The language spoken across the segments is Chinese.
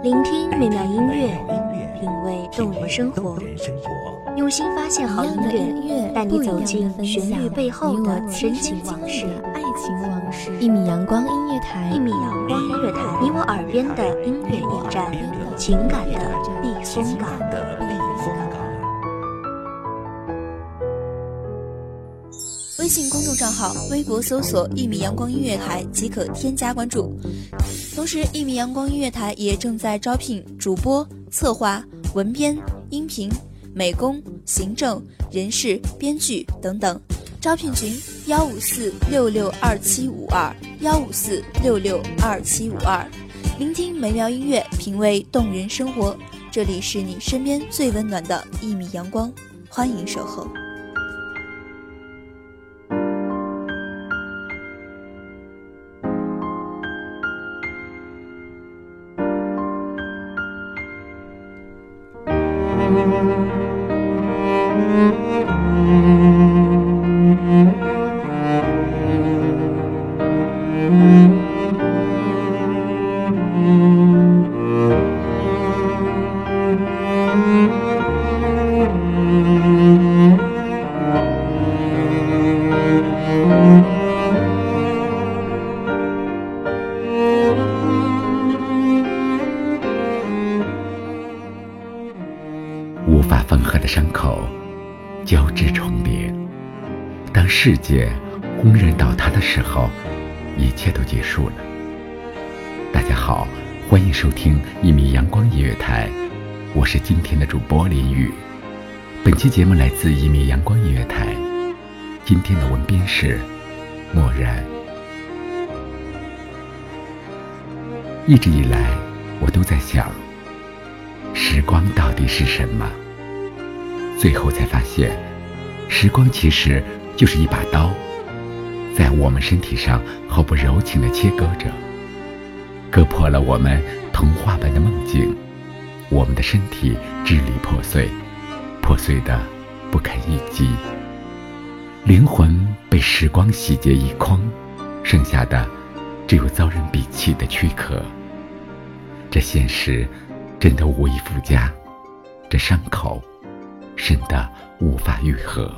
聆听美妙音乐，品味动人生活，用心发现好音乐，带你走进旋律背后的深情往事。 爱情往事。一米阳光音乐台， 一米阳光音乐台，你我耳边的音乐驿站，情感的避风港。 微信公众账号、微博搜索“一米阳光音乐台”即可添加关注。同时，一米阳光音乐台也正在招聘主播、策划、文编、音频、美工、行政、人事、编剧等等。招聘群154662752，154662752。聆听美妙音乐，品味动人生活。这里是你身边最温暖的一米阳光，欢迎守候。 无法缝合的伤口交织重叠，当世界轰然倒塌的时候，一切都结束了。大家好，欢迎收听一米阳光音乐台，我是今天的主播林宇。本期节目来自一米阳光音乐台，今天的文编是漠然。一直以来我都在想，时光到底是什么？最后才发现，时光其实就是一把刀，在我们身体上毫不柔情地切割着，割破了我们童话般的梦境，我们的身体支离破碎，破碎得不堪一击，灵魂被时光洗劫一空，剩下的只有遭人鄙弃的躯壳。这现实真的无以复加，这伤口深得无法愈合。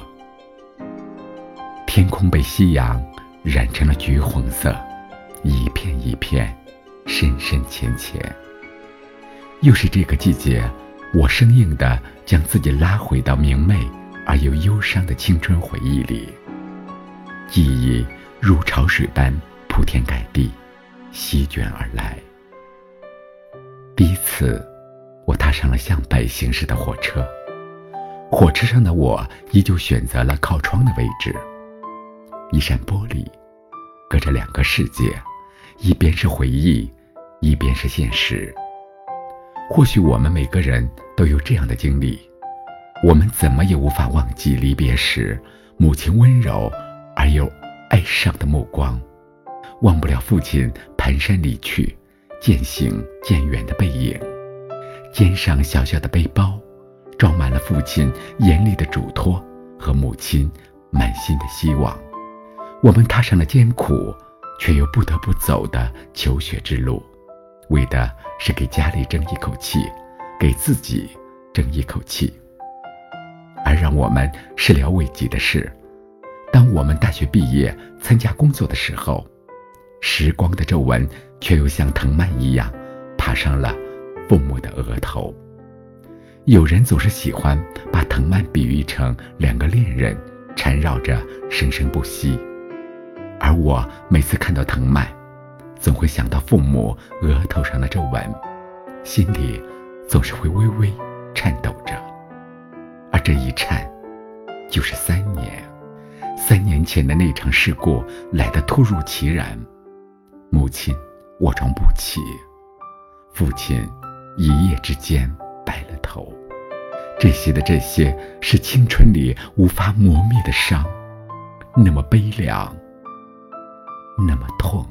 天空被夕阳染成了橘红色，一片一片，深深浅浅。又是这个季节，我生硬地将自己拉回到明媚而又忧伤的青春回忆里，记忆如潮水般铺天盖地，席卷而来。第一次，我踏上了向北行驶的火车，火车上的我依旧选择了靠窗的位置。一扇玻璃，隔着两个世界，一边是回忆，一边是现实。或许我们每个人都有这样的经历，我们怎么也无法忘记离别时母亲温柔而又哀伤的目光，忘不了父亲蹒跚离去，渐行渐远的背影。肩上小小的背包装满了父亲严厉的嘱托和母亲满心的希望。我们踏上了艰苦却又不得不走的求学之路，为的是给家里争一口气，给自己争一口气。而让我们始料未及的是，当我们大学毕业参加工作的时候，时光的皱纹却又像藤蔓一样爬上了父母的额头。有人总是喜欢把藤蔓比喻成两个恋人缠绕着生生不息，而我每次看到藤蔓，总会想到父母额头上的皱纹，心里总是会微微颤抖着。而这一颤就是3年，3年前的那场事故来得突如其然。母亲卧床不起，父亲一夜之间白了头。这些是青春里无法磨灭的伤，那么悲凉，那么痛。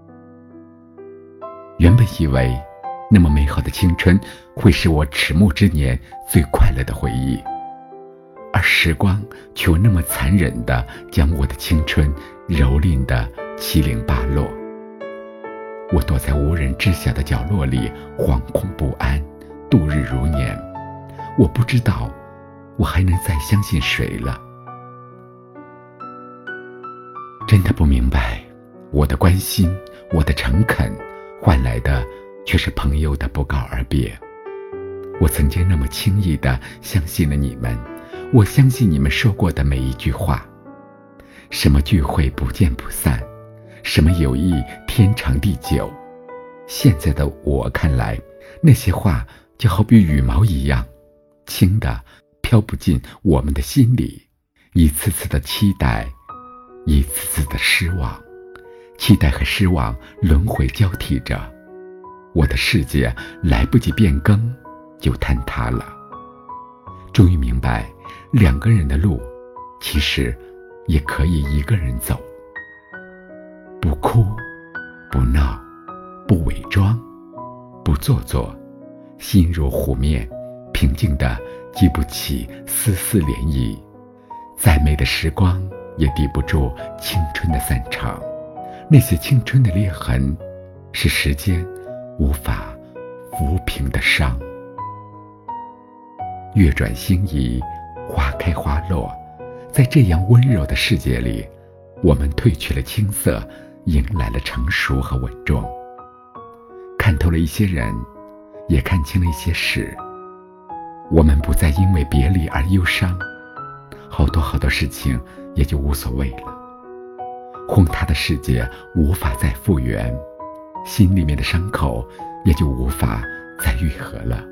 原本以为那么美好的青春会是我迟暮之年最快乐的回忆，而时光却又那么残忍地将我的青春蹂躏得七零八落。 我躲在无人知晓的角落里，惶恐不安，度日如年。我不知道我还能再相信谁了。真的不明白，我的关心，我的诚恳，换来的却是朋友的不告而别。我曾经那么轻易地相信了你们，我相信你们说过的每一句话。什么聚会不见不散，什么友谊天长地久。现在的我看来，那些话就好比羽毛一样，轻的飘不进我们的心里。一次次的期待，一次次的失望，期待和失望轮回交替着，我的世界来不及变更就坍塌了。终于明白，两个人的路其实也可以一个人走。不哭，不闹，不伪装，不做作，心如湖面，平静地激不起丝丝涟漪。再美的时光也抵不住青春的散场，那些青春的裂痕，是时间无法抚平的伤。月转星移，花开花落，在这样温柔的世界里，我们褪去了青涩，迎来了成熟和稳重。看透了一些人，也看清了一些事，我们不再因为别离而忧伤，好多事情也就无所谓了。轰塌的世界无法再复原，心里面的伤口也就无法再愈合了。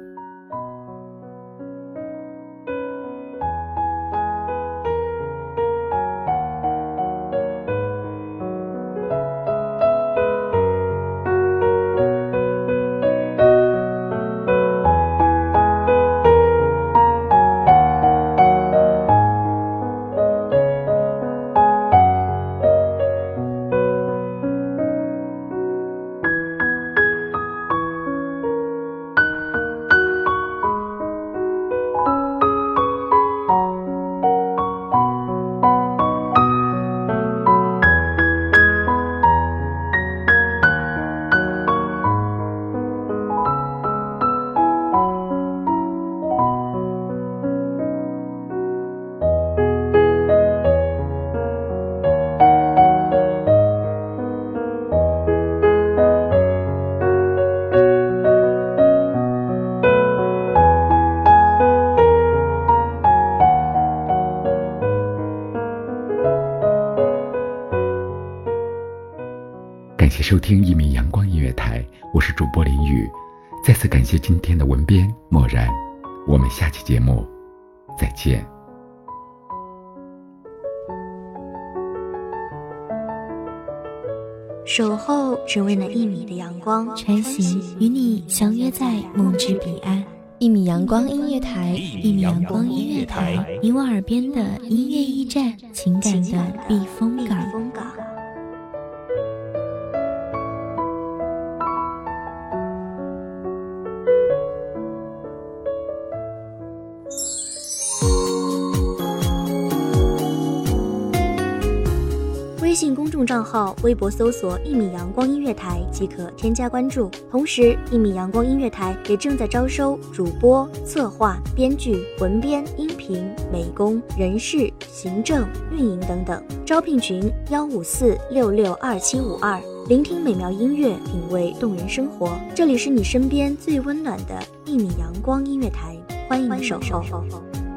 感谢收听一米阳光音乐台，我是主播林雨。再次感谢今天的文编漠然，我们下期节目再见。 守候只为那1米的阳光， 穿行与你相约在梦之彼岸。1米阳光音乐台，1米阳光音乐台，你我耳边的音乐驿站，情感的避风港。 微信公众账号、微博搜索“1米阳光音乐台”即可添加关注。同时，1米阳光音乐台也正在招收主播、策划、编剧、文编、音频、美工、人事、行政、运营等等。招聘群154662752。聆听美妙音乐，品味动人生活。这里是你身边最温暖的1米阳光音乐台，欢迎你守候。